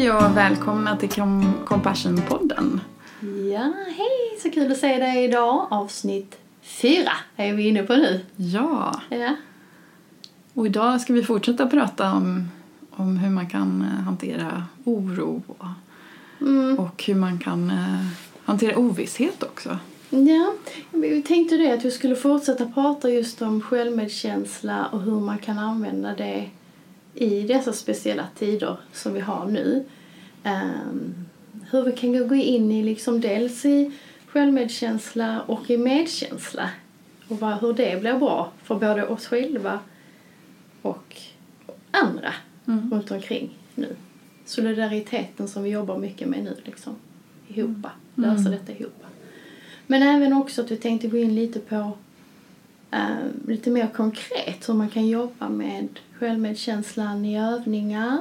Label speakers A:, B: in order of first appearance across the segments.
A: Hej och välkomna till Compassion-podden.
B: Ja, hej! Så kul att se dig idag. Avsnitt 4 är vi inne på nu.
A: Ja.
B: Ja.
A: Och idag ska vi fortsätta prata om hur man kan hantera oro och hur man kan hantera ovisshet också.
B: Ja, vi tänkte det att vi skulle fortsätta prata just om självmedkänsla och hur man kan använda det i dessa speciella tider som vi har nu. Hur vi kan gå in i liksom dels i självmedkänsla och i medkänsla. Och hur det blir bra för både oss själva och andra runt omkring nu. Solidariteten som vi jobbar mycket med nu liksom. Ihop. Lösa detta ihop. Men även också att vi tänkte gå in lite på lite mer konkret hur man kan jobba med självmedkänslan i övningar.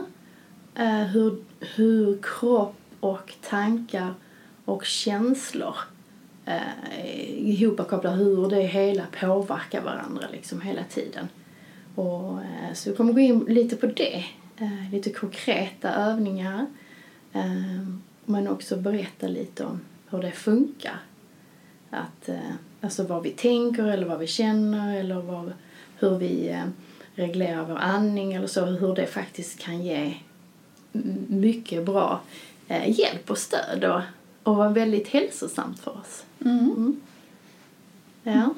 B: Hur kropp och tankar och känslor ihopkopplar, hur det hela påverkar varandra liksom hela tiden. Och så vi kommer gå in lite på det. Lite konkreta övningar. Men också berätta lite om hur det funkar. Alltså vad vi tänker eller vad vi känner eller hur vi reglerar vår andning eller så. Hur det faktiskt kan ge mycket bra hjälp och stöd och vara väldigt hälsosamt för oss. Ja.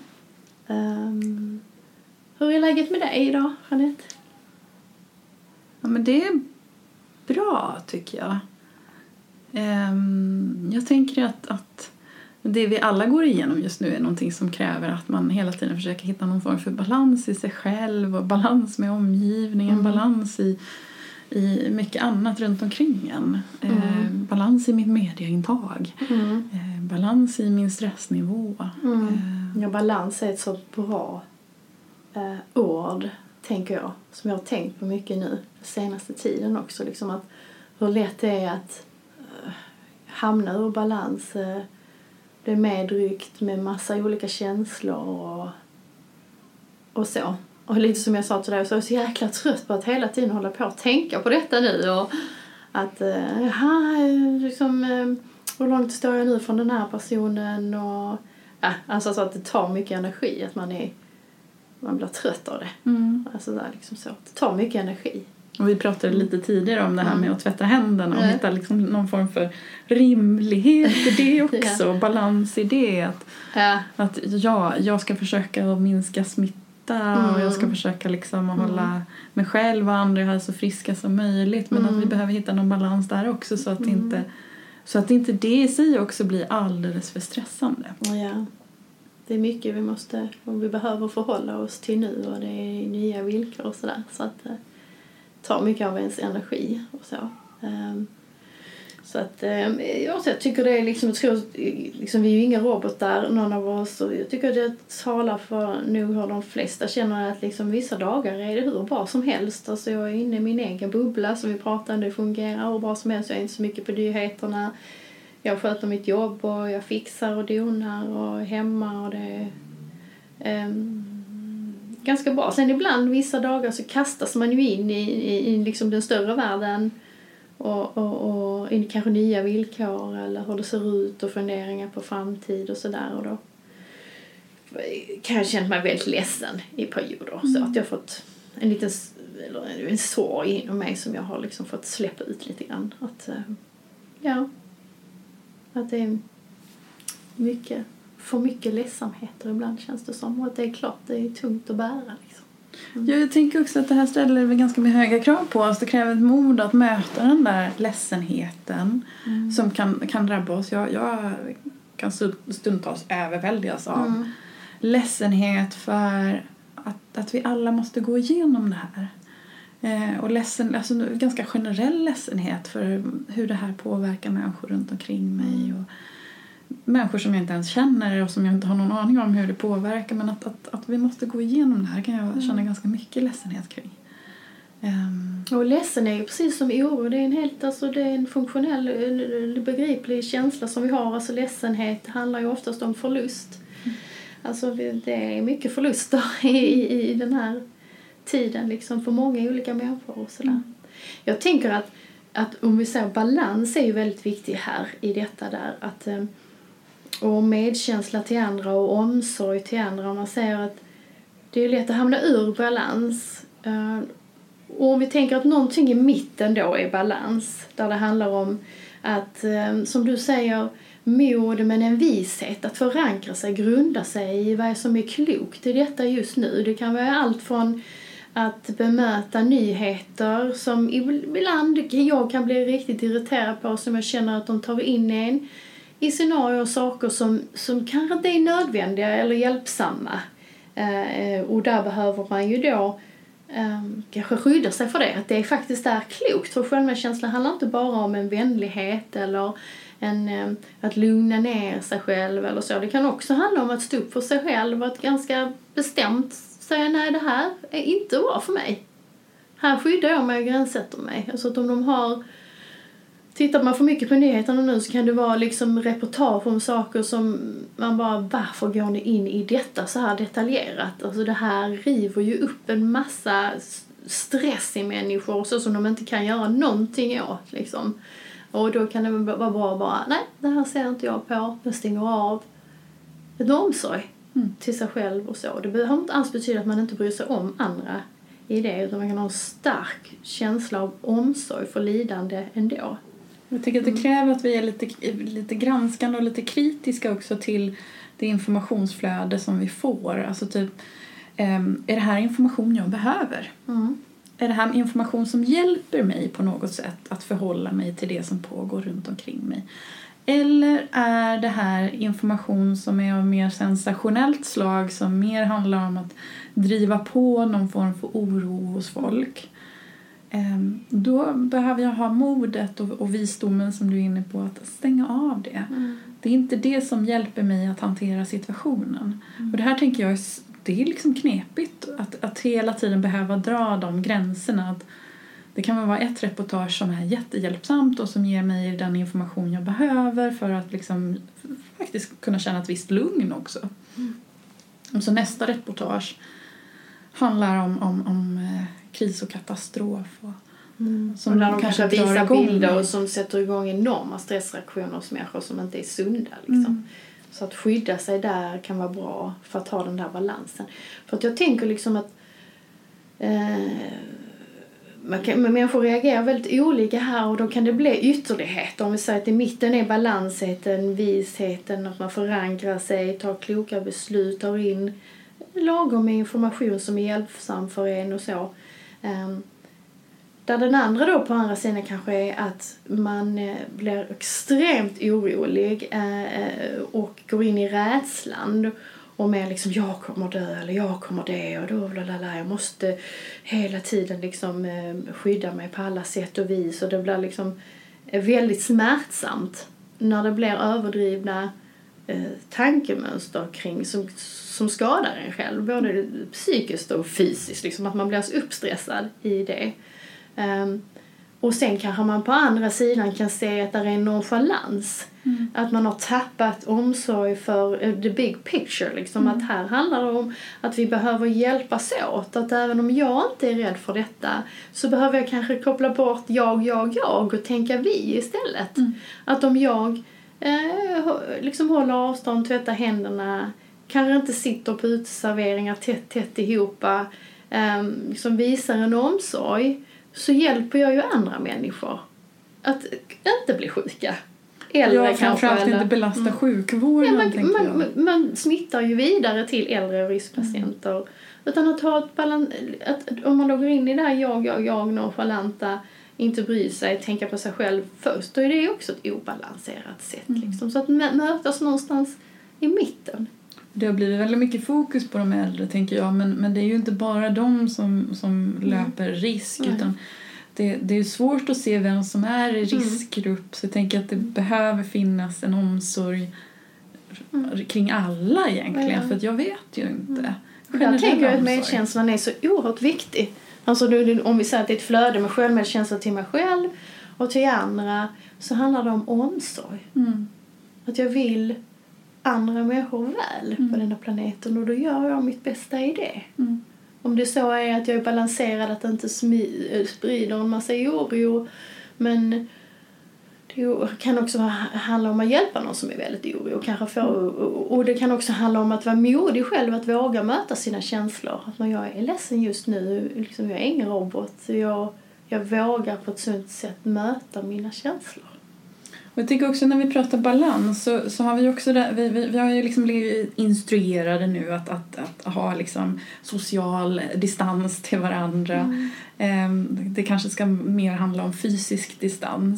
B: Hur är läget med dig idag, Jeanette?
A: Ja, men det är bra tycker jag. Jag tänker att det vi alla går igenom just nu är någonting som kräver att man hela tiden försöker hitta någon form för balans i sig själv och balans med omgivningen, balans i mycket annat runt omkring en. Balans i mitt medieintag. Balans i min stressnivå.
B: Ja, balans är ett så bra ord, tänker jag. Som jag har tänkt på mycket nu senaste tiden också. Liksom att hur lätt det är att hamna ur balans. Bli medryckt med massa olika känslor och så. Och lite som jag sa till dig, så är jag så jäkla trött på att hela tiden hålla på att tänka på detta nu. Och att, liksom, hur långt står jag nu från den här personen? Och, alltså så att det tar mycket energi, att man blir trött av det. Alltså där, liksom så. Det tar mycket energi.
A: Och vi pratade lite tidigare om det här med att tvätta händerna och hitta liksom någon form för rimlighet i det också. Och balans i det. Att jag ska försöka att minska smitta och jag ska försöka liksom att hålla mig själv och andra så friska som möjligt. Men att vi behöver hitta någon balans där också så att inte det i sig också blir alldeles för stressande.
B: Ja. Det är mycket vi behöver förhålla oss till nu och det är nya villkor och sådär. Så att tar mycket av ens energi och så. Så att jag tycker det är liksom, jag tror, liksom vi är ju inga robotar någon av oss, och jag tycker det talar för nog hur de flesta känner att liksom vissa dagar är det hur bra som helst. Alltså jag är inne i min egen bubbla som vi pratar om, det fungerar hur bra som helst, jag är inte så mycket på nyheterna. Jag sköter mitt jobb och jag fixar och donar och är hemma och det är ganska bra. Sen ibland vissa dagar så kastas man ju in i liksom den större världen och in i kanske nya villkor eller hur det ser ut och funderingar på framtid och sådär, och då kan jag känna mig väldigt ledsen i perioder så att jag har fått en sorg inom mig som jag har liksom fått släppa ut lite grann, att det är för mycket ledsamheter ibland, känns det som. Och att det är klart, det är tungt att bära. Liksom.
A: Ja, jag tänker också att det här ställer väl ganska mycket höga krav på oss. Det kräver ett mod att möta den där ledsenheten som kan drabba oss. Jag kan stundtals överväldigas av ledsenhet för att vi alla måste gå igenom det här. Och alltså ganska generell ledsenhet för hur det här påverkar människor runt omkring mig och människor som jag inte ens känner och som jag inte har någon aning om hur det påverkar, men att vi måste gå igenom det här kan jag känna ganska mycket ledsenhet kring.
B: Och ledsen är ju precis som oro, det är en funktionell, begriplig känsla som vi har. Alltså ledsenhet handlar ju oftast om förlust. Alltså det är mycket förluster i den här tiden liksom för många olika människor och sådär. Jag tänker att att om vi säger balans är ju väldigt viktig här i detta där. Att, och medkänsla till andra och omsorg till andra. Om man säger att det är lätt att hamna ur balans. Och om vi tänker att någonting i mitten då är balans. Där det handlar om att, som du säger, mod men en vishet. Att förankra sig, grunda sig i vad som är klokt i detta just nu. Det kan vara allt från att bemöta nyheter som ibland jag kan bli riktigt irriterad på, som jag känner att de tar in en i scenarier och saker som kanske inte är nödvändiga eller hjälpsamma. Och där behöver man ju då kanske skydda sig för det. Att det faktiskt är klokt. För självmedkänsla handlar inte bara om en vänlighet eller att lugna ner sig själv eller så. Det kan också handla om att stå upp för sig själv och att ganska bestämt säga nej, det här är inte bra för mig. Här skyddar jag mig och gränssätter mig. Alltså att om de har... Tittar man för mycket på nyheterna nu så kan det vara liksom reportage om saker som man bara, varför går ni in i detta så här detaljerat? Alltså det här river ju upp en massa stress i människor så som de inte kan göra någonting åt liksom. Och då kan det vara bra bara, nej, det här ser inte jag på. Jag stänger av. Ett omsorg till sig själv och så. Det behöver inte alls betyda att man inte bryr sig om andra i det. Utan man kan ha en stark känsla av omsorg för lidande ändå.
A: Jag tycker att det kräver att vi är lite granskande och lite kritiska också till det informationsflöde som vi får. Alltså typ, är det här information jag behöver? Är det här information som hjälper mig på något sätt att förhålla mig till det som pågår runt omkring mig? Eller är det här information som är av mer sensationellt slag, som mer handlar om att driva på någon form för oro hos folk? Då behöver jag ha modet och visdomen som du är inne på att stänga av det. Det är inte det som hjälper mig att hantera situationen. Och det här tänker jag, det är liksom knepigt att hela tiden behöva dra de gränserna. Att det kan vara ett reportage som är jättehjälpsamt och som ger mig den information jag behöver för att liksom faktiskt kunna känna ett visst lugn också. Och så nästa reportage handlar om kris och katastrof.
B: Som där de kanske visar bilder och som sätter igång enorma stressreaktioner hos människor som inte är sunda. Liksom. Så att skydda sig där kan vara bra för att ha den där balansen. För att jag tänker liksom att människor reagerar väldigt olika här och då kan det bli ytterligheter. Om vi säger att i mitten är balansheten, visheten, att man förankrar sig, tar kloka beslut, tar in lagom med information som är hjälpsam för en och så. Där den andra då på andra sidan kanske är att man blir extremt orolig och går in i rädslan och med liksom jag kommer dö eller jag kommer det och då jag måste hela tiden liksom skydda mig på alla sätt och vis och det blir liksom väldigt smärtsamt när det blir överdrivna tankemönster kring som skadar en själv både psykiskt och fysiskt liksom att man blir så uppstressad i det. Och sen kanske man på andra sidan kan se att det är en nonchalans. Att man har tappat omsorg för the big picture. Liksom. Att här handlar det om att vi behöver hjälpas åt. Att även om jag inte är rädd för detta så behöver jag kanske koppla bort jag och tänka vi istället. Att om jag liksom håller avstånd, tvättar händerna, kanske inte sitter på uteserveringar tätt ihop, liksom visar en omsorg, så hjälper jag ju andra människor att inte bli sjuka. Eller
A: framförallt inte belasta sjukvården.
B: Man smittar ju vidare till äldre och riskpatienter. Utan att ha att om man då går in i det här jag nonchalanta, inte bry sig, tänka på sig själv först, då är det också ett obalanserat sätt. Liksom. Så att mötas någonstans i mitten.
A: Det har blivit väldigt mycket fokus på de äldre, tänker jag. Men det är ju inte bara de som löper risk. Utan det är svårt att se vem som är i riskgrupp. Så jag tänker att det behöver finnas en omsorg kring alla egentligen. För att jag vet ju inte.
B: Jag tänker att medkänslan är så oerhört viktig. Alltså om vi säger att det är ett flöde med självmedkänsla till mig själv och till andra, så handlar det om omsorg. Att jag vill andra människor väl på den här planeten, och då gör jag mitt bästa i det. Om det så är att jag är balanserad, att inte sprider en massa oro, Men det kan också handla om att hjälpa någon som är väldigt orolig. Och det kan också handla om att vara modig själv, att våga möta sina känslor. Att när jag är ledsen just nu, liksom jag är ingen robot. Jag vågar på ett sunt sätt möta mina känslor.
A: Och jag tycker också när vi pratar balans så har vi också vi har ju liksom blivit instruerade nu att ha liksom social distans till varandra. Det kanske ska mer handla om fysisk distans.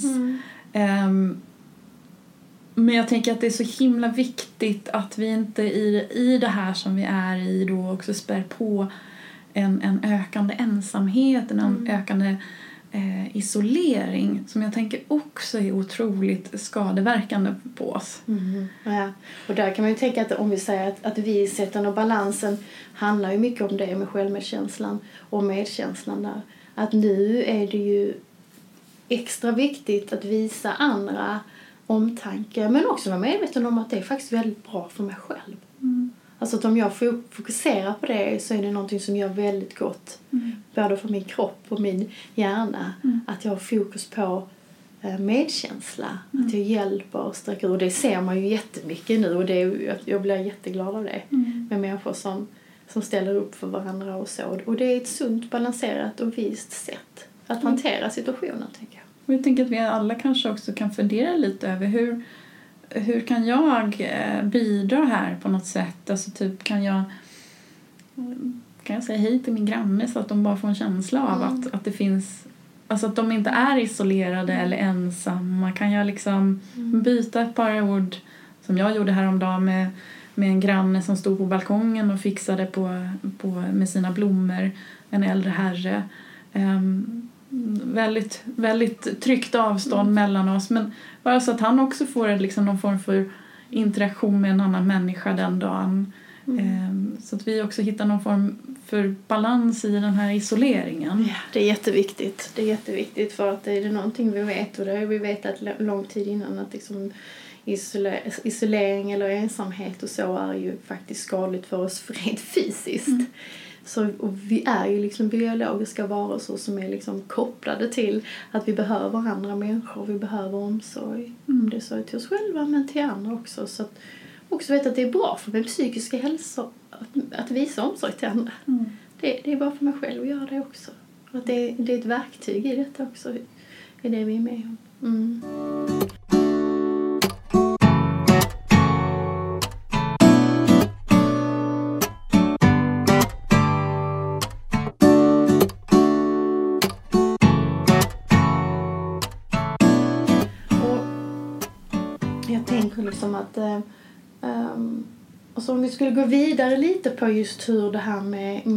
A: Men jag tänker att det är så himla viktigt att vi inte i det här som vi är i då också spär på en ökande ensamhet, en ökande isolering som jag tänker också är otroligt skadeverkande på oss.
B: Ja. Och där kan man ju tänka att om vi säger att visheten och balansen handlar ju mycket om det med självmedkänslan och medkänslan där. Att nu är det ju extra viktigt att visa andra omtanke, men också vara medveten om att det är faktiskt väldigt bra för mig själv. Alltså att om jag fokuserar på det så är det någonting som gör väldigt gott. Både för min kropp och min hjärna. Att jag har fokus på medkänsla. Att jag hjälper och sträcker. Och det ser man ju jättemycket nu. Och jag blir jätteglad av det. Med människor som ställer upp för varandra och så. Och det är ett sunt, balanserat och vist sätt att hantera situationen, tänker jag.
A: Och jag tänker att vi alla kanske också kan fundera lite över hur kan jag bidra här på något sätt? Alltså typ kan jag säga hej till min granne så att de bara får en känsla av att det finns, alltså att de inte är isolerade eller ensamma. Kan jag liksom byta ett par ord som jag gjorde häromdagen med en granne som stod på balkongen och fixade med sina blommor, en äldre herre. Väldigt, väldigt tryggt avstånd mellan oss, men bara så att han också får liksom någon form för interaktion med en annan människa den dagen. Så att vi också hittar någon form för balans i den här isoleringen.
B: Ja, det är jätteviktigt. Det är jätteviktigt för att det är någonting vi vet, och det har vi vetat lång tid innan, att liksom isolering eller ensamhet och så är ju faktiskt skadligt för oss rent fysiskt. Så, och vi är ju liksom biologiska varelser som är liksom kopplade till att vi behöver andra människor, vi behöver omsorg. Om det så är till oss själva men till andra också. Så att också veta att det är bra för min psykiska hälsa att visa omsorg till andra. Det är bra för mig själv att göra det också. Att det är ett verktyg i detta också, är det vi är med om. Jag tänker liksom att och så om vi skulle gå vidare lite på just hur det här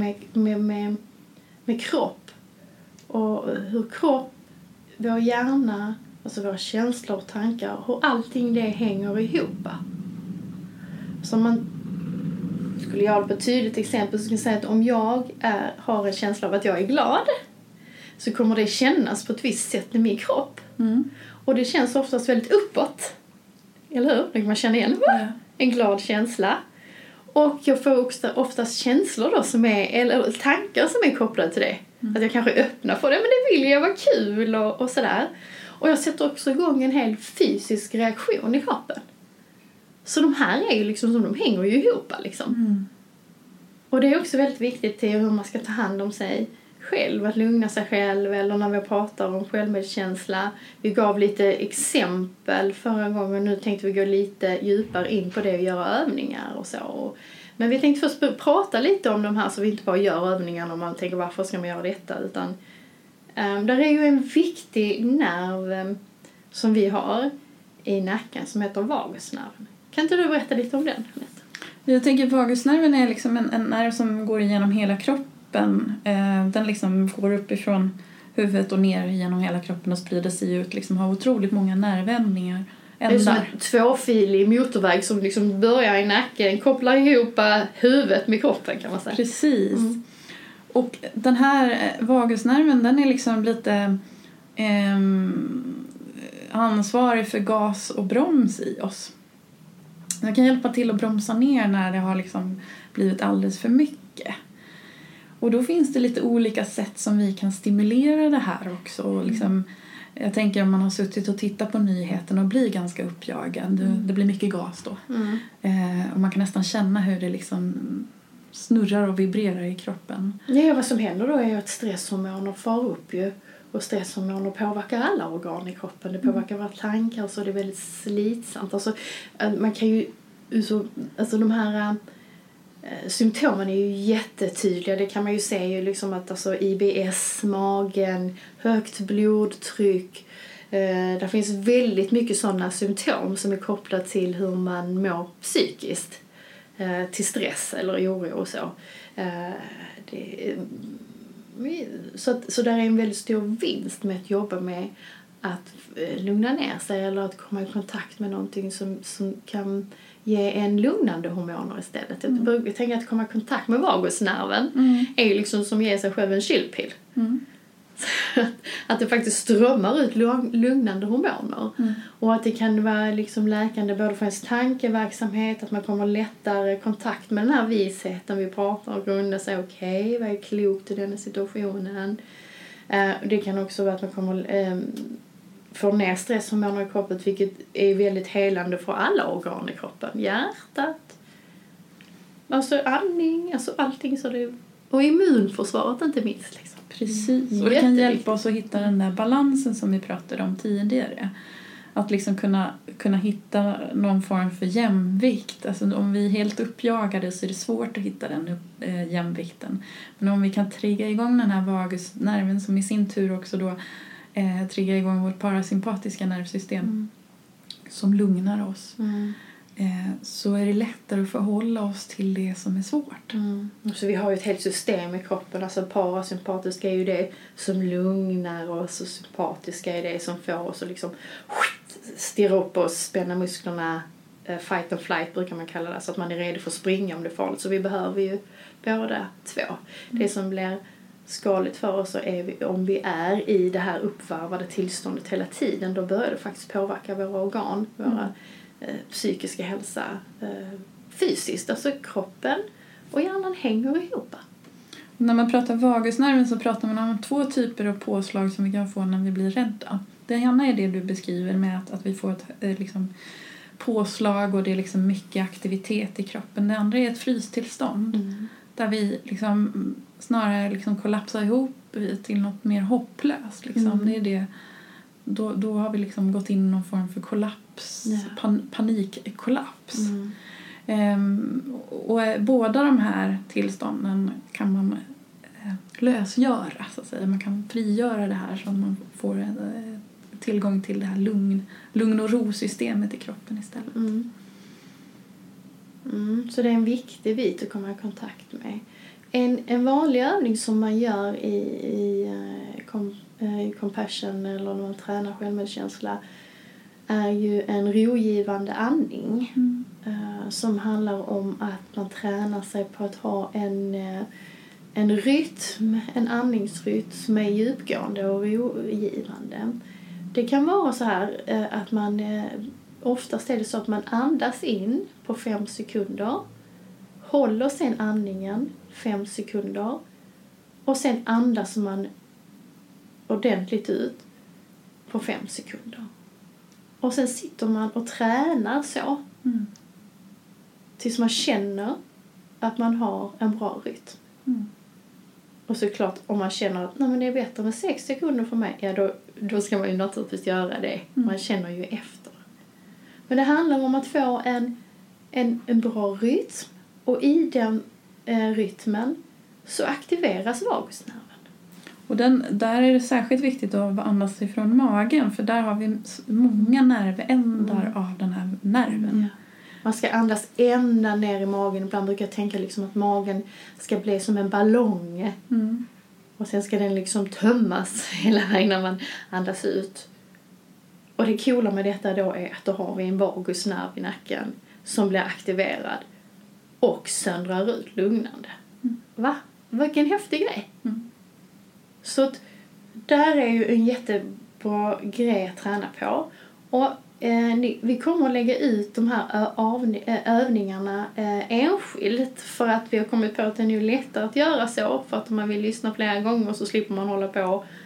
B: med kropp och hur kropp, vår hjärna, alltså våra känslor och tankar, hur allting det hänger ihop. Så man skulle göra det på ett tydligt exempel, så skulle jag säga att om jag har en känsla av att jag är glad, så kommer det kännas på ett visst sätt i min kropp. Och det känns oftast väldigt uppåt. Eller hur? Det kan man känna igen. En glad känsla. Och jag får oftast känslor då eller tankar som är kopplade till det. Att jag kanske öppnar för det, men det vill jag, vara kul och sådär. Och jag sätter också igång en hel fysisk reaktion i kroppen. Så de här är ju liksom som de hänger ju ihop liksom. Och det är också väldigt viktigt till hur man ska ta hand om sig själv, att lugna sig själv, eller när vi pratar om självmedkänsla. Vi gav lite exempel förra gången, nu tänkte vi gå lite djupare in på det och göra övningar och så. Men vi tänkte först prata lite om de här, så vi inte bara gör övningar och man tänker varför ska man göra detta, utan där är ju en viktig nerv som vi har i nacken som heter vagusnerven. Kan inte du berätta lite om den?
A: Jag tänker att vagusnerven är liksom en nerv som går igenom hela kroppen. Den liksom går uppifrån huvudet och ner genom hela kroppen och sprider sig ut, liksom har otroligt många nervändningar.
B: Det är som en tvåfilig motorväg som liksom börjar i nacken, kopplar ihop huvudet med kroppen, kan man säga.
A: Precis. Och den här vagusnerven, den är liksom lite ansvarig för gas och broms i oss. Den kan hjälpa till att bromsa ner när det har liksom blivit alldeles för mycket. Och då finns det lite olika sätt som vi kan stimulera det här också. Och liksom, Jag tänker om man har suttit och tittat på nyheten och blir ganska uppjagad. Det blir mycket gas då. Och man kan nästan känna hur det liksom snurrar och vibrerar i kroppen.
B: Ja, vad som händer då är ju att stresshormoner far upp ju. Och stresshormoner påverkar alla organ i kroppen. Det påverkar våra tankar, så det är väldigt slitsamt. Alltså, man kan ju... Alltså de här symptomen är ju jättetydliga. Det kan man ju se ju liksom att alltså IBS, magen, högt blodtryck. Det finns väldigt mycket sådana symptom som är kopplat till hur man mår psykiskt. Till stress eller oro och så. Så där är en väldigt stor vinst med att jobba med att lugna ner sig eller att komma i kontakt med någonting som kan ge en lugnande hormoner istället. Jag tänker att komma i kontakt med vagusnerven är ju liksom som ge sig själv en chillpill. Att det faktiskt strömmar ut lugnande hormoner. Och att det kan vara liksom läkande både för ens tankeverksamhet, att man kommer lättare i kontakt med den här visheten vi pratar och grunda sig, okej, vad är klokt i den situationen. Det kan också vara att man kommer få ner stresshormoner i kroppen, vilket är väldigt helande för alla organ i kroppen. Hjärtat, alltså andning, alltså allting så det, och immunförsvaret inte minst liksom.
A: Precis, och det kan hjälpa oss att hitta den där balansen som vi pratade om tidigare. Att liksom kunna hitta någon form för jämvikt. Alltså om vi är helt uppjagade så är det svårt att hitta den jämvikten. Men om vi kan trigga igång den här vagusnerven som i sin tur också då triggar igång vårt parasympatiska nervsystem som lugnar oss. Så är det lättare att förhålla oss till det som är svårt.
B: Så vi har ju ett helt system i kroppen. Alltså parasympatiska är ju det som lugnar oss och sympatiska är det som får oss att liksom stirra upp oss, spänna musklerna, fight and flight brukar man kalla det, så att man är redo för att springa om det är farligt. Så vi behöver ju båda två. Det som blir skadligt för oss är om vi är i det här uppvarvade tillståndet hela tiden, då börjar det faktiskt påverka våra organ, våra psykiska hälsa fysiskt. Alltså kroppen och hjärnan hänger ihop.
A: När man pratar vagusnerven så pratar man om 2 typer av påslag som vi kan få när vi blir rädda. Det ena är det du beskriver med att vi får ett liksom, påslag och det är liksom mycket aktivitet i kroppen. Det andra är ett frystillstånd där vi liksom snarare liksom kollapsar ihop till något mer hopplöst. Liksom. Det är det. Då har vi liksom gått in i någon form för kollaps, panikkollaps. Och båda de här tillstånden kan man lösgöra, så att säga. Man kan frigöra det här så att man får tillgång till det här lugn- och ro-systemet i kroppen istället.
B: Så det är en viktig bit att komma i kontakt med. En vanlig övning som man gör i compassion eller när man tränar självmedkänsla är ju en rogivande andning som handlar om att man tränar sig på att ha en rytm, en andningsrytm som är djupgående och rogivande. Det kan vara så här att man oftast är det så att man andas in på 5 sekunder, håller sen andningen 5 sekunder och sen andas man ordentligt ut på 5 sekunder. Och sen sitter man och tränar så tills man känner att man har en bra rytm. Och såklart om man känner att nej, men det är bättre med 6 sekunder för mig, ja då ska man ju naturligtvis göra det. Man känner ju efter. Men det handlar om att få en bra rytm, och i den rytmen så aktiveras vagusnerven.
A: Och där är det särskilt viktigt att andas ifrån magen, för där har vi många nervändar av den här nerven.
B: Man ska andas ända ner i magen. Ibland brukar jag tänka liksom att magen ska bli som en ballong. Och sen ska den liksom tömmas hela vägen när man andas ut. Och det coola med detta då är att då har vi en vagusnerv i nacken som blir aktiverad och söndrar ut lugnande. Va? Vilken häftig grej. Så att där är ju en jättebra grej att träna på. Och vi kommer att lägga ut de här övningarna enskilt, för att vi har kommit på att det är nu lättare att göra så, för att om man vill lyssna flera gånger så slipper man hålla på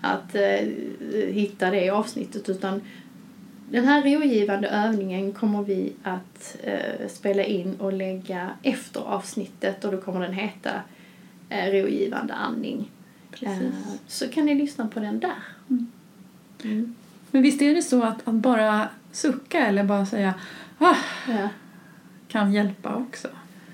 B: att hitta det avsnittet, utan den här rogivande övningen kommer vi att spela in och lägga efter avsnittet, och då kommer den heta rogivande andning. Så kan ni lyssna på den där.
A: Men visst är det så att bara sucka eller bara säga kan hjälpa också?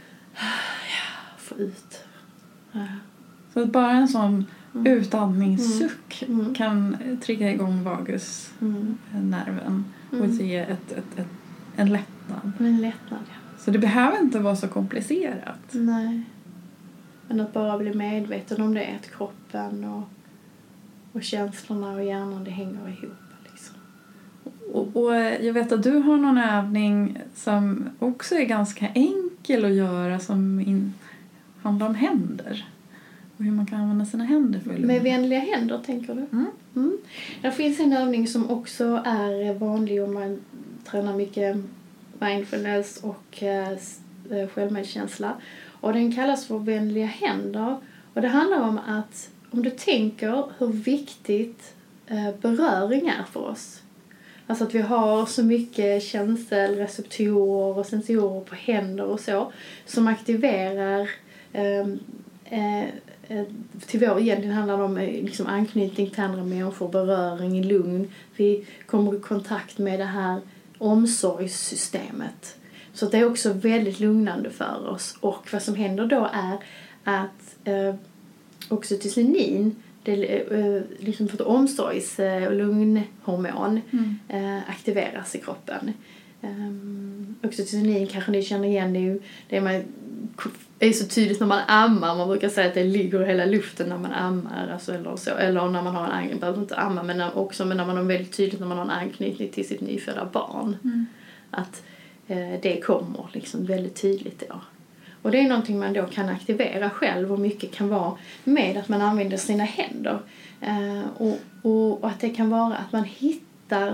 B: Få ut.
A: Så att bara en sån utandningssuck kan trigga igång vagusnerven och ge en lättnad.
B: En lättnad, ja.
A: Så det behöver inte vara så komplicerat.
B: Nej. Men att bara bli medveten om det, att kroppen och känslorna och hjärnan, det hänger ihop. Liksom.
A: Och jag vet att du har någon övning som också är ganska enkel att göra, som handlar om händer. Och hur man kan använda sina händer för att
B: med vänliga händer, tänker du? Det finns en övning som också är vanlig om man tränar mycket mindfulness och självmedkänsla. Och den kallas för vänliga händer. Och det handlar om att om du tänker hur viktigt beröring är för oss. Alltså att vi har så mycket känselreceptorer och sensorer på händer och så som aktiverar till vår, egentligen handlar det om liksom anknytning till andra människor, beröring i lugn. Vi kommer i kontakt med det här omsorgssystemet. Så det är också väldigt lugnande för oss. Och vad som händer då är att oxytocin, det liksom för ett omsorgs- och lugnhormon aktiveras i kroppen. Oxytocin kanske ni känner igen, det är så tydligt när man ammar. Man brukar säga att det ligger i hela luften när man ammar, alltså, eller när man har en anknytning, behöver inte amma, men när man har väldigt tydligt när man har en anknytning till sitt nyfödda barn. Att det kommer liksom väldigt tydligt då. Och det är någonting man då kan aktivera själv, och mycket kan vara med att man använder sina händer. Och att det kan vara att man hittar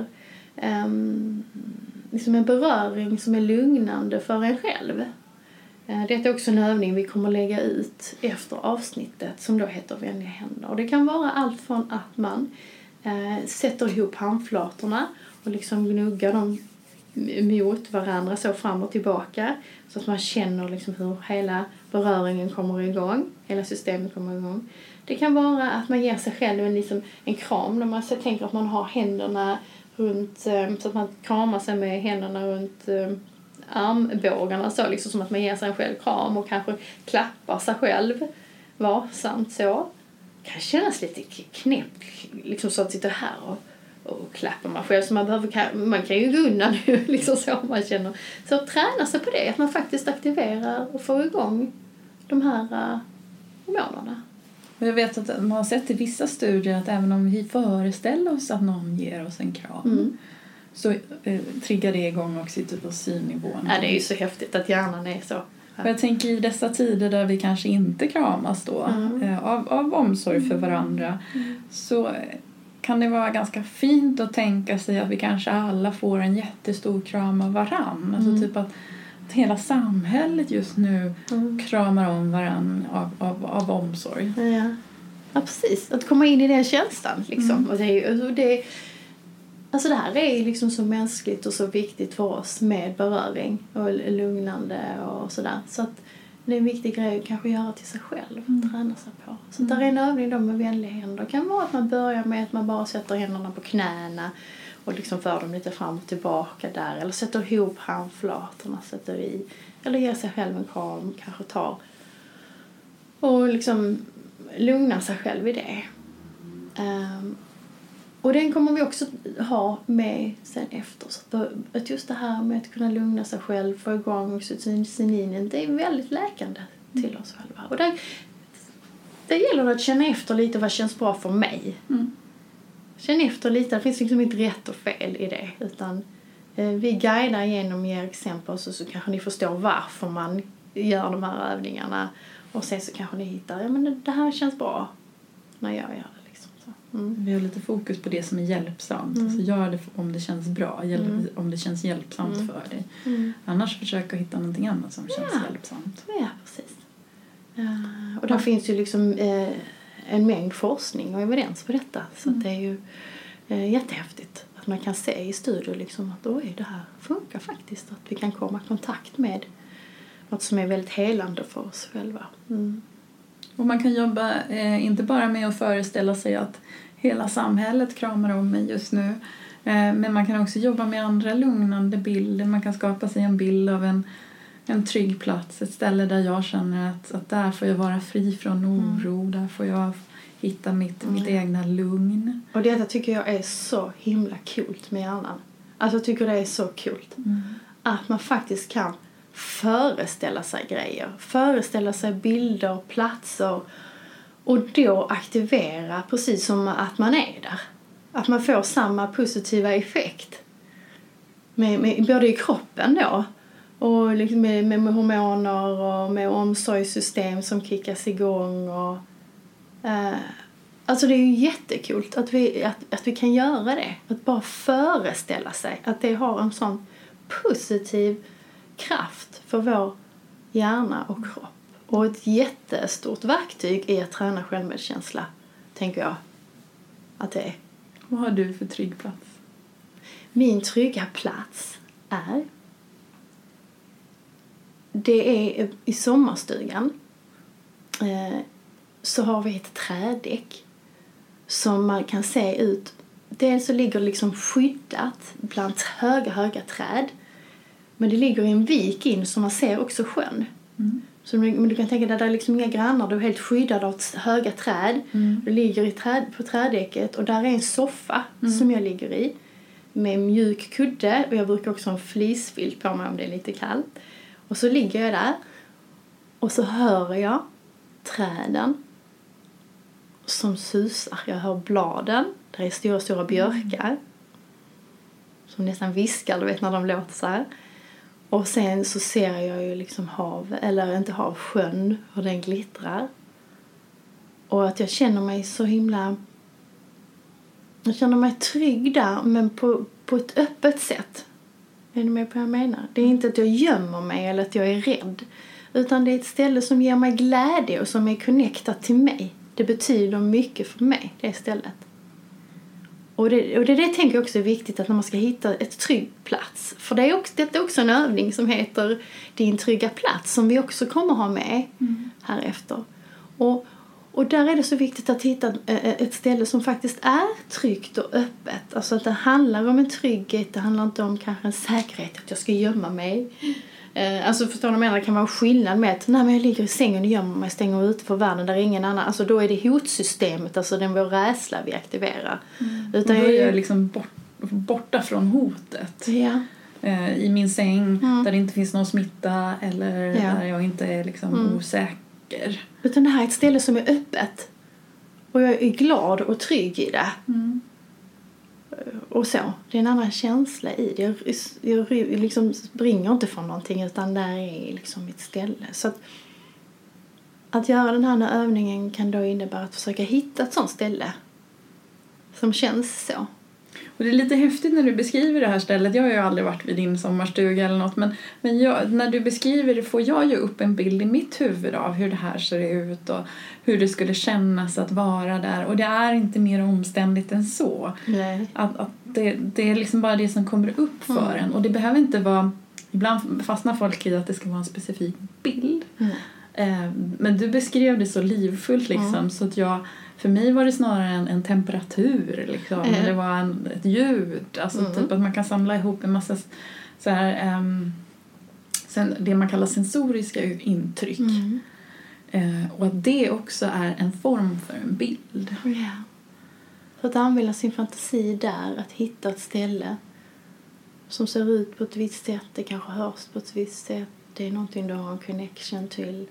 B: liksom en beröring som är lugnande för en själv. Det är också en övning vi kommer lägga ut efter avsnittet som då heter vänliga händer. Och det kan vara allt från att man sätter ihop handflatorna och liksom gnuggar dem mot varandra så fram och tillbaka, så att man känner liksom hur hela beröringen kommer igång, hela systemet kommer igång. Det kan vara att man ger sig själv en kram när man tänker att man har händerna runt, så att man kramar sig med händerna runt armbågarna, så liksom som att man ger sig själv kram och kanske klappar sig själv varsamt så. Det kan kännas lite knäppt liksom, så att sitta här och klappar man själv, så man kan ju gå undan nu liksom, så man känner. Så träna sig på det, att man faktiskt aktiverar och får igång de här hormonerna.
A: Jag vet att man har sett i vissa studier att även om vi föreställer oss att någon ger oss en kram så triggar det igång oxytocinnivån.
B: Ja, det är ju så häftigt att hjärnan är så.
A: Och jag tänker i dessa tider där vi kanske inte kramas då av omsorg för varandra, så kan det vara ganska fint att tänka sig att vi kanske alla får en jättestor kram av varann. Alltså typ att hela samhället just nu kramar om varann av omsorg.
B: Ja, precis. Att komma in i den känslan liksom. Och alltså det här är liksom så mänskligt och så viktigt för oss med beröring och lugnande och sådär. Så att det är en viktig grej att kanske göra till sig själv, träna sig på. Så där är en övning då med vänliga händer. Det kan vara att man börjar med att man bara sätter händerna på knäna och liksom för dem lite fram och tillbaka där. Eller sätter ihop handflatorna, sätter i. Eller ger sig själv en kram, kanske tar och liksom lugnar sig själv i det. Och den kommer vi också ha med sen efter. Så att just det här med att kunna lugna sig själv, få igång oxytocinin, det är väldigt läkande till oss själva. Och det gäller att känna efter lite vad känns bra för mig. Känn efter lite, det finns liksom inte rätt och fel i det. Utan vi guidar igenom er exempel, så kanske ni förstår varför man gör de här övningarna. Och sen så kanske ni hittar, ja men det här känns bra när jag gör det.
A: Vi har lite fokus på det som är hjälpsamt. Alltså gör det om det känns bra. Om det känns hjälpsamt för dig. Annars försöka hitta någonting annat som känns hjälpsamt.
B: Ja, precis. Och där finns ju liksom en mängd forskning och evidens på detta. Så att det är ju jättehäftigt att man kan se i studier liksom att det här funkar faktiskt. Att vi kan komma i kontakt med något som är väldigt helande för oss själva.
A: Och man kan jobba inte bara med att föreställa sig att hela samhället kramar om mig just nu. Men man kan också jobba med andra lugnande bilder. Man kan skapa sig en bild av en trygg plats. Ett ställe där jag känner att där får jag vara fri från oro. Där får jag hitta mitt egna lugn.
B: Och detta tycker jag är så himla kul med hjärnan. Alltså jag tycker det är så kul. Att man faktiskt kan föreställa sig grejer. Föreställa sig bilder, platser. Och då aktivera precis som att man är där. Att man får samma positiva effekt. Med både i kroppen då. Och liksom med hormoner och med omsorgssystem som kickas igång. Och, alltså det är ju jättekul att vi kan göra det. Att bara föreställa sig att det har en sån positiv kraft för vår hjärna och kropp. Och ett jättestort verktyg är att träna självmedkänsla, tänker jag att det är.
A: Vad har du för trygg plats?
B: Min trygga plats är... Det är i sommarstugan. Så har vi ett trädäck som man kan se ut. Dels så ligger det liksom skyddat bland höga träd. Men det ligger i en vik in så man ser också sjön. Så men du kan tänka dig, där är liksom inga grannar. Du är helt skyddad av höga träd. Du ligger på träddäcket och där är en soffa som jag ligger i. Med mjuk kudde och jag brukar också ha en fleecefilt på mig om det är lite kallt. Och så ligger jag där och så hör jag träden som susar. Jag hör bladen. Där är stora björkar som nästan viskar, du vet när de låter så här. Och sen så ser jag ju liksom sjön och den glittrar. Och att jag känner mig så himla... Jag känner mig trygg där, men på ett öppet sätt. Är du med på vad jag menar? Det är inte att jag gömmer mig eller att jag är rädd. Utan det är ett ställe som ger mig glädje och som är connectat till mig. Det betyder mycket för mig, det stället. Och det tänker jag också är viktigt, att när man ska hitta ett trygg plats. För detta är också en övning som heter Din trygga plats, som vi också kommer ha med här efter. Och där är det så viktigt att hitta ett ställe som faktiskt är tryggt och öppet. Alltså att det handlar om en trygghet, det handlar inte om kanske en säkerhet, att jag ska gömma mig. Alltså förstår du, det kan vara skillnad med att jag ligger i sängen och gömmer mig, stänger ut för världen där är ingen annan. Alltså då är det hotsystemet, alltså den vår rädsla vi aktiverar.
A: Utan jag är liksom borta från hotet.
B: Ja.
A: I min säng där det inte finns någon smitta eller där jag inte är liksom osäker.
B: Utan det här är ett ställe som är öppet. Och jag är glad och trygg i det. Och så. Det är en annan känsla i det. Jag liksom springer inte från någonting, utan där är liksom mitt ställe. Så att göra den här övningen kan då innebära att försöka hitta ett sånt ställe som känns så.
A: Och det är lite häftigt när du beskriver det här stället. Jag har ju aldrig varit vid din sommarstuga eller något. Men när du beskriver det får jag ju upp en bild i mitt huvud av hur det här ser ut. Och hur det skulle kännas att vara där. Och det är inte mer omständigt än så.
B: Nej.
A: Att det är liksom bara det som kommer upp för en. Och det behöver inte vara... Ibland fastnar folk i att det ska vara en specifik bild. Men du beskrev det så livfullt liksom. Så att för mig var det snarare en temperatur liksom. Det var ett ljud. Alltså typ att man kan samla ihop en massa så här, det man kallar sensoriska intryck. Och att det också är en form för en bild.
B: Ja. För att använda sin fantasi där. Att hitta ett ställe som ser ut på ett visst sätt. Det kanske hörs på ett visst sätt. Det är någonting du har en connection till.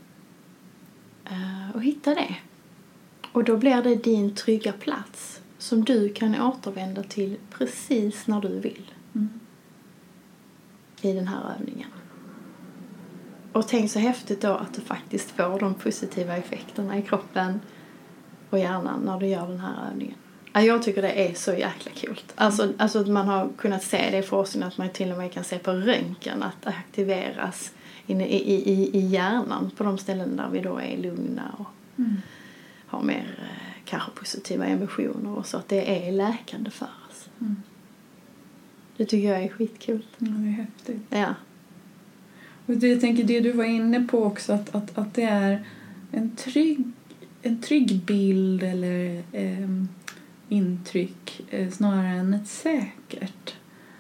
B: Och hitta det. Och då blir det din trygga plats som du kan återvända till precis när du vill. I den här övningen. Och tänk så häftigt då att du faktiskt får de positiva effekterna i kroppen och hjärnan när du gör den här övningen. Jag tycker det är så jäkla kul. Alltså att man har kunnat se det i forskningen, att man till och med kan se på röntgen att det aktiveras i hjärnan på de ställen där vi då är lugna och har mer kanske positiva emotioner och så, att det är läkande för oss. Det tycker jag är skitkul.
A: Ja, det är häftigt.
B: Ja.
A: Och jag tänker det du var inne på också, att det är en trygg bild eller intryck snarare än ett säkert.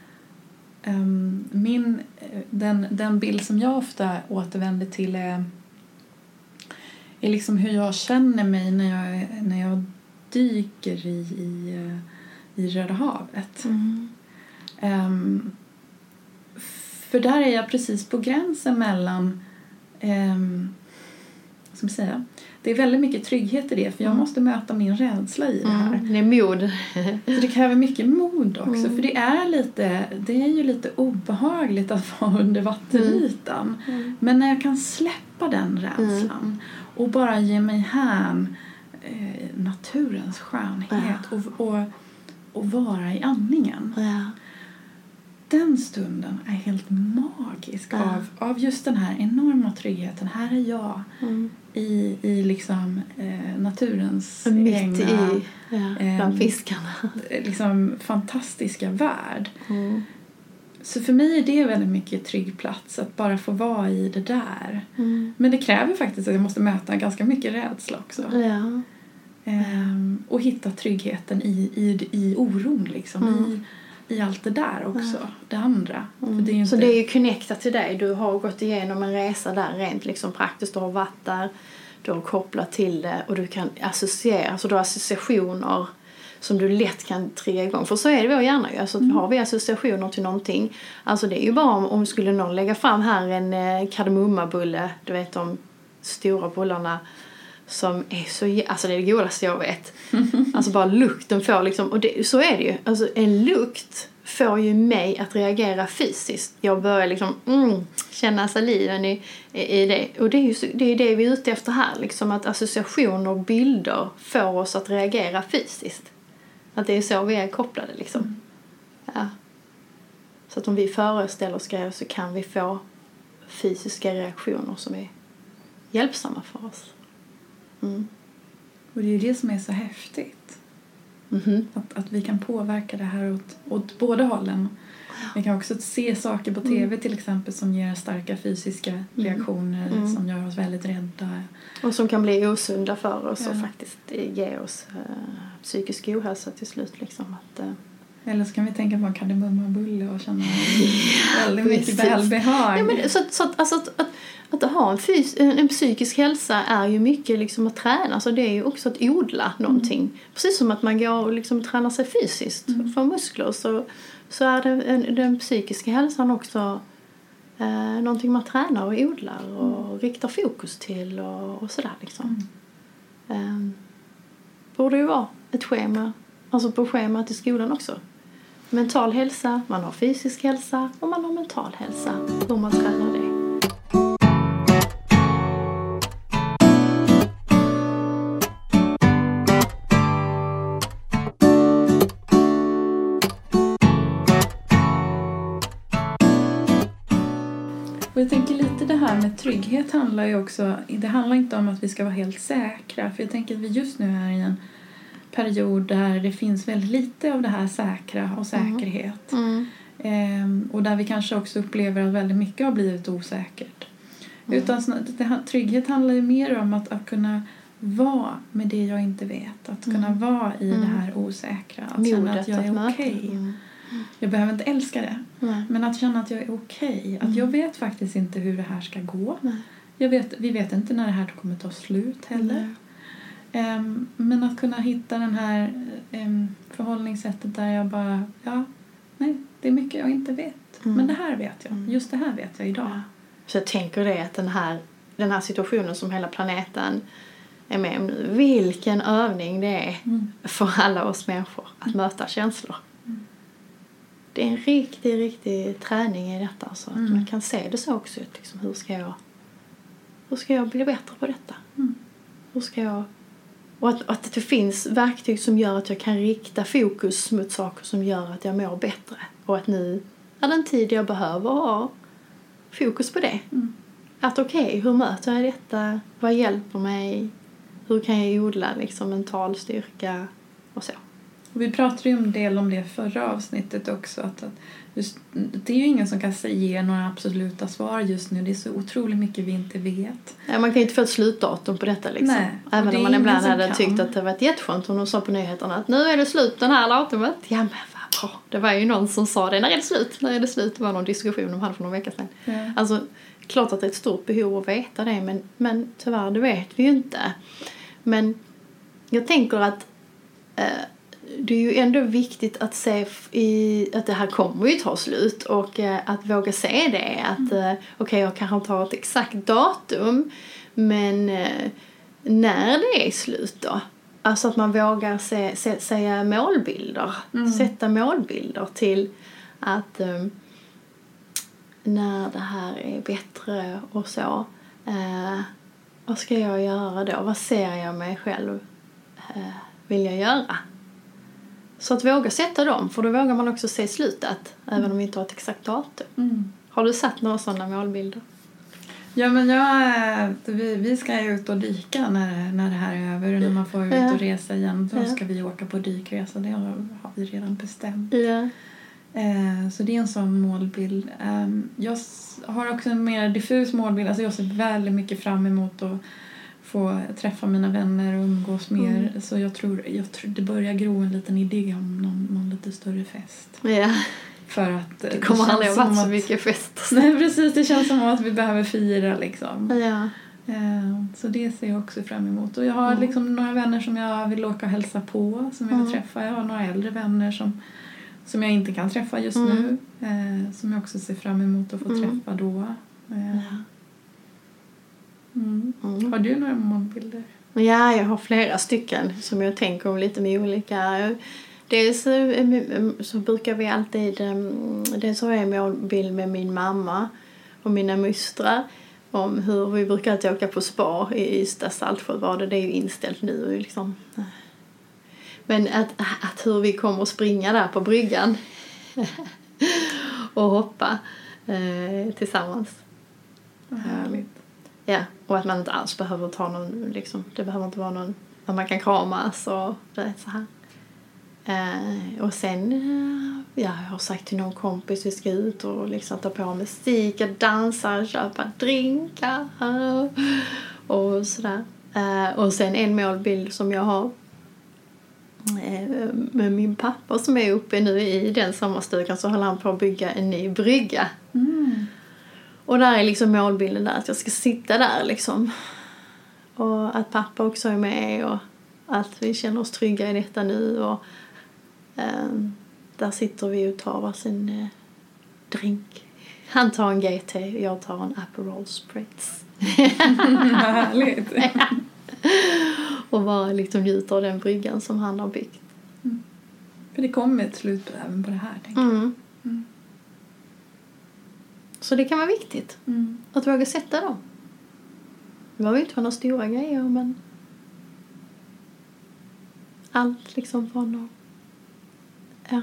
A: Den bild som jag ofta återvänder till är liksom hur jag känner mig när jag dyker i Röda havet. För där är jag precis på gränsen mellan ska man säga, det är väldigt mycket trygghet i det, för jag måste möta min rädsla i det här.
B: Det är mod.
A: Så det kräver mycket mod också, för det är ju lite obehagligt att vara under vattenytan. Men när jag kan släppa den rädslan och bara ge mig hän naturens skönhet och vara i andningen. Den stunden är helt magisk av just den här enorma tryggheten. Här är jag i liksom naturens
B: mitt i bland fiskarna.
A: Liksom fantastiska värld. Så för mig är det väldigt mycket trygg plats att bara få vara i det där. Men det kräver faktiskt att jag måste möta ganska mycket rädsla också. Och hitta tryggheten i oron liksom. I allt det där också, det andra. För det är ju inte...
B: Så det är ju connectat till dig. Du har gått igenom en resa där rent liksom praktiskt. Du har varit där, du har kopplat till det och du kan associera. Alltså du har associationer som du lätt kan trigga igång. För så är det vår hjärna ju. Alltså har vi associationer till någonting. Alltså det är ju bara om skulle någon lägga fram här en kardemummabulle. Du vet de stora bullarna som är så... Alltså det är det godaste jag vet. Alltså bara lukten får liksom... Och så är det ju. Alltså en lukt får ju mig att reagera fysiskt. Jag börjar liksom känna saliven i det. Och det är ju det vi är ute efter här. Liksom att associationer och bilder får oss att reagera fysiskt. Att det är så vi är kopplade liksom. Ja. Så att om vi föreställer oss grejer så kan vi få fysiska reaktioner som är hjälpsamma för oss.
A: Och det är ju det som är så häftigt. Att vi kan påverka det här åt båda hållen. Vi kan också se saker på tv till exempel som ger starka fysiska reaktioner som gör oss väldigt rädda. Och
B: som kan bli osunda för oss och faktiskt ge oss psykisk ohälsa till slut. Liksom.
A: Eller så kan vi tänka på en kardemummabulle och känna väldigt mycket välbehag.
B: Ja, men att ha en psykisk hälsa är ju mycket liksom att träna. Så det är ju också att odla någonting. Precis som att man går och liksom tränar sig fysiskt för muskler. Så är den psykiska hälsan också någonting man tränar och odlar och riktar fokus till och sådär liksom. Borde ju vara ett schema. Alltså på schemat i skolan också. Mental hälsa, man har fysisk hälsa och man har mental hälsa. Hur man tränar det.
A: Och jag tänker lite det här med trygghet handlar ju också, det handlar inte om att vi ska vara helt säkra. För jag tänker att vi just nu är i en period där det finns väldigt lite av det här säkra och säkerhet. Och där vi kanske också upplever att väldigt mycket har blivit osäkert. Utan trygghet handlar ju mer om att kunna vara med det jag inte vet. Att kunna vara i det här osäkra. Att känna att jag är okej. Jag behöver inte älska det. Men att känna att jag är okej. Att jag vet faktiskt inte hur det här ska gå. Vi vet inte när det här kommer ta slut heller. Men att kunna hitta den här förhållningssättet där jag bara, det är mycket jag inte vet. Men det här vet jag. Just det här vet jag idag.
B: Så jag tänker det att den här situationen som hela planeten är med om nu, vilken övning det är för alla oss människor att möta känslor. Det är en riktig träning i detta. Alltså. Att man kan se det så också. Liksom, hur ska jag bli bättre på detta? Hur ska jag... Och att det finns verktyg som gör att jag kan rikta fokus mot saker som gör att jag mår bättre. Och att nu är den tid jag behöver ha fokus på det. Att hur möter jag detta? Vad hjälper mig? hur kan jag odla liksom mental styrka och så.
A: Och vi pratade ju en del om det förra avsnittet också. Att just, det är ju ingen som kan ge några absoluta svar just nu. Det är så otroligt mycket vi inte vet.
B: Ja, man kan ju inte få ett slutdatum på detta liksom.
A: Nej,
B: även om man ibland hade tyckt att det var jätteskönt. Hon sa på nyheterna att nu är det slut den här datumet. Ja men vad bra. Det var ju någon som sa det. När är det slut? När är det slut? Det var någon diskussion de hade för någon vecka sedan.
A: Ja.
B: Alltså klart att det är ett stort behov att veta det. Men tyvärr det vet vi ju inte. Men jag tänker att det är ju ändå viktigt att se att det här kommer ju ta slut och att våga se det. Att okej, jag kanske inte har ett exakt datum, men när det är slut då? Alltså att man vågar säga målbilder. Sätta målbilder till att när det här är bättre och så. Vad ska jag göra då? Vad ser jag mig själv vill jag göra? Så att våga sätta dem, för då vågar man också se slutet, även om vi inte har ett exakt datum. Har du satt några sådana målbilder?
A: Ja, men vi ska ju ut och dyka när det här är över. När man får ut och resa igen, då ska vi åka på dykresa. Det har vi redan bestämt.
B: Ja.
A: Så det är en sån målbild. Jag har också en mer diffus målbild. Alltså jag ser väldigt mycket fram emot att få träffa mina vänner och umgås mer. Så jag tror det börjar gro en liten idé om någon lite större fest.
B: Ja.
A: För att
B: det kommer aldrig att vara så mycket fest.
A: Nej, precis. Det känns som att vi behöver fira liksom.
B: Ja.
A: Så det ser jag också fram emot. Och jag har liksom några vänner som jag vill åka och hälsa på. Som jag vill träffa. Jag har några äldre vänner som jag inte kan träffa just nu. Som jag också ser fram emot att få träffa då. Har du några målbilder?
B: Ja, jag har flera stycken som jag tänker om lite med olika. Dels så brukar vi alltid, dels har jag en målbild med min mamma och mina mystrar om hur vi brukar alltid åka på spa i Ystad, Saltsjöbadet. Det är ju inställt nu liksom. Men att hur vi kommer att springa där på bryggan och hoppa tillsammans.
A: Härligt.
B: Ja, och att man inte alls behöver ta någon, liksom, det behöver inte vara någon, att man kan kramas och det så här. Och sen, jag har sagt till någon kompis vi ska ut och liksom ta på musik och dansa, köpa drinkar och sådär. Och sen en målbild som jag har med min pappa som är uppe nu i den sommarstugan, så håller han på att bygga en ny brygga. Och där är liksom målbilden där att jag ska sitta där liksom. Och att pappa också är med och att vi känner oss trygga i detta nu. Och där sitter vi och tar varsin drink. Han tar en GT, jag tar en Aperol Spritz.
A: Härligt.
B: Och bara liksom njuter av den bryggan som han har byggt.
A: För det kommer ett slut även på det här, tänker jag.
B: Så det kan vara viktigt att våga sätta dem. Det var ju inte några stora grejer, men allt liksom var något. Ja.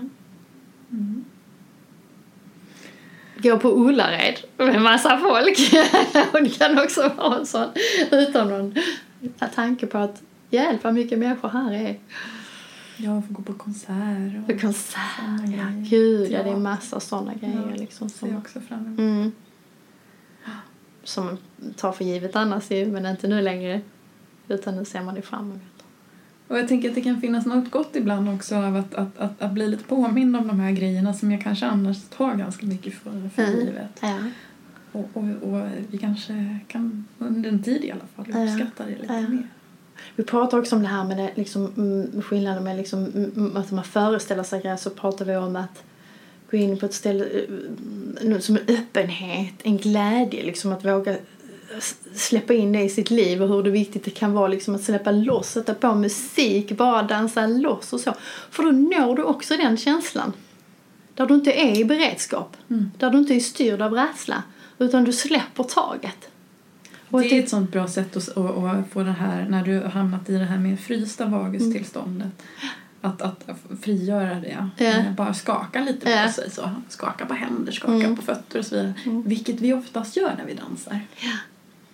B: Gå på Ullared med en massa folk. Och det kan också vara en sån, utan någon tanke på att hjälp vad mycket människor här är.
A: Jag får gå på konsert.
B: På konsert, ja. Gud, ja, det är massa sådana grejer. Liksom,
A: som jag också fram emot.
B: Som man tar för givet annars ju, men inte nu längre. Utan nu ser man det fram emot.
A: Och jag tänker att det kan finnas något gott ibland också av att bli lite påmind om de här grejerna som jag kanske annars tar ganska mycket för givet.
B: Ja.
A: Och vi kanske kan under en tid i alla fall uppskatta det lite mer.
B: Vi pratar också om det här med det, liksom, skillnaden med liksom, att man föreställer sig grejer, så pratar vi om att gå in på ett ställe som en öppenhet, en glädje, liksom att våga släppa in det i sitt liv och hur det viktigt det kan vara liksom att släppa loss, sätta på musik, bara dansa loss och så. För då når du också den känslan där du inte är i beredskap, där du inte är styrd av rädsla, utan du släpper taget.
A: Och det är ett sånt bra sätt att få det här, när du har hamnat i det här med frysta vagustillståndet. Att frigöra det. Bara skaka lite på sig. Så. Skaka på händer, skaka på fötter och så vidare. Vilket vi oftast gör när vi dansar.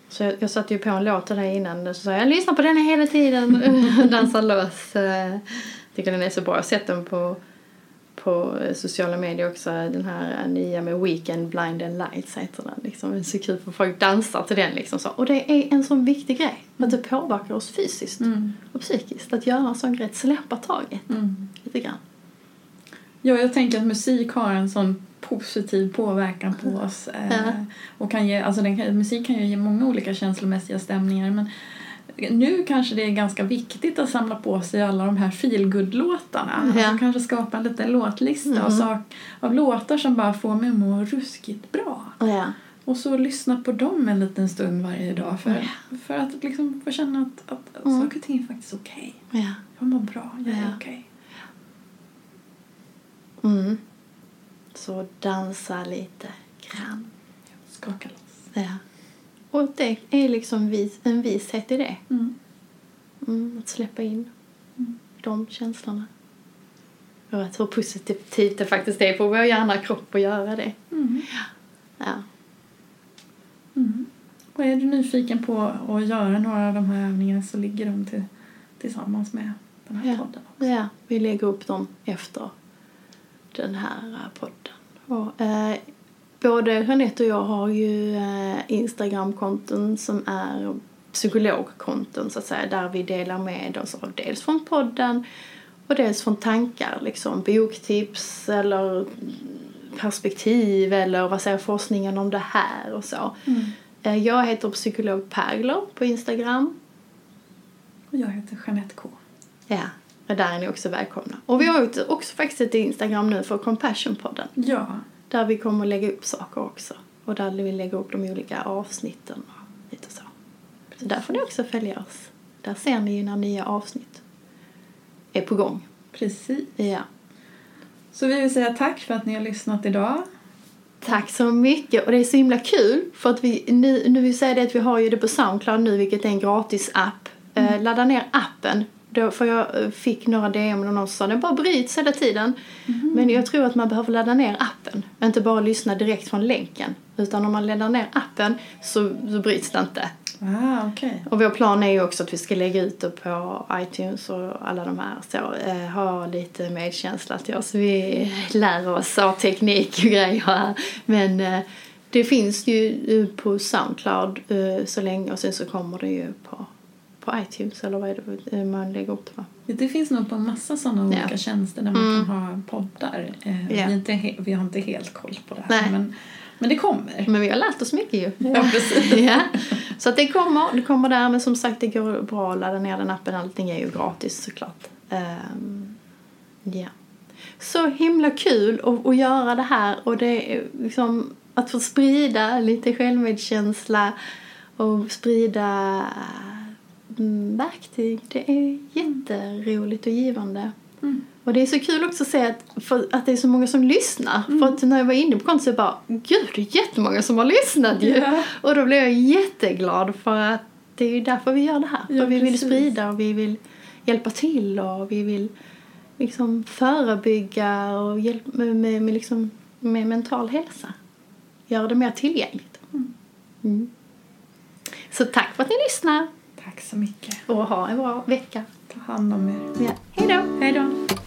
B: Så jag satte ju på en låt där innan. Så jag lyssnar på den hela tiden. Dansar loss. Tycker den är så bra. Jag har sett den på sociala medier också. Den här nya med Weekend Blind and Lights heter den. Liksom. Det är så kul för folk dansar till den. Liksom så. Och det är en sån viktig grej. Att det påverkar oss fysiskt och psykiskt. Att göra en sån grej. Att släppa taget. Lite grann.
A: Ja, jag tänker att musik har en sån positiv påverkan på oss. Och kan ge, alltså musik kan ju ge många olika känslomässiga stämningar. Men nu kanske det är ganska viktigt att samla på sig alla de här feelgood-låtarna. Alltså kanske skapa en liten låtlista av låtar som bara får mig att må ruskigt bra. Och så lyssna på dem en liten stund varje dag. För att liksom få känna att saker och ting är faktiskt okej. Jag mår bra, jag är okej.
B: Så dansa lite grann.
A: Skaka loss.
B: Ja. Och det är liksom en vishet i det. Att släppa in de känslorna. Och att hur positivt det faktiskt är på vår hjärna kropp att göra det.
A: Och är du nyfiken på att göra några av de här övningarna så ligger de tillsammans med den här podden också.
B: Ja, vi lägger upp dem efter den här podden. Och, både Jeanette och jag har ju Instagram-konton som är psykologkonton så att säga. Där vi delar med oss av dels från podden och dels från tankar. Liksom boktips eller perspektiv eller vad säger forskningen om det här och så. Jag heter psykolog Pergler på Instagram.
A: Och jag heter Jeanette K.
B: Ja, och där är ni också välkomna. Och vi har också faktiskt ett Instagram nu för Compassion-podden.
A: Ja.
B: Där vi kommer att lägga upp saker också. Och där vi lägger upp de olika avsnitten och lite så. Så där får ni också följa oss. Där ser ni ju när nya avsnitt är på gång.
A: Precis.
B: Ja.
A: Så vi vill säga tack för att ni har lyssnat idag.
B: Tack så mycket. Och det är så himla kul. För att vi nu vill säga det att vi har ju det på SoundCloud nu. Vilket är en gratis app. Ladda ner appen. För jag fick några DM och någon sa det bara bryts hela tiden. Men jag tror att man behöver ladda ner appen. Inte bara lyssna direkt från länken. Utan om man laddar ner appen så bryts det inte.
A: Okay.
B: Och vår plan är ju också att vi ska lägga ut det på iTunes och alla de här. Så ha lite medkänsla till oss. Vi lär oss av teknik och grejer. Men det finns ju på SoundCloud så länge. Och sen så kommer det ju på iTunes eller vad är det man lägger upp det va?
A: Det finns nog på en massa sådana olika tjänster där man kan ha poddar. Vi har inte helt koll på det här. Men det kommer.
B: Men vi har lärt oss mycket ju.
A: Ja, precis.
B: Så att det kommer där. Men som sagt, det går bra att ladda ner den appen. Allting är ju gratis såklart. Så himla kul att göra det här. Och det är liksom att få sprida lite självmedkänsla och sprida verktyg. Det är jätteroligt och givande. Och det är så kul också att se att det är så många som lyssnar. För att när jag var inne på kontot så bara, gud, det är jättemånga som har lyssnat ju. Och då blev jag jätteglad för att det är ju därför vi gör det här. För vi vill sprida och vi vill hjälpa till och vi vill liksom förebygga och hjälpa med mental hälsa. Göra det mer tillgängligt. Så tack för att ni lyssnar.
A: Tack så mycket.
B: Och ha en bra vecka.
A: Ta hand om er.
B: Ja. Hej då.
A: Hej då.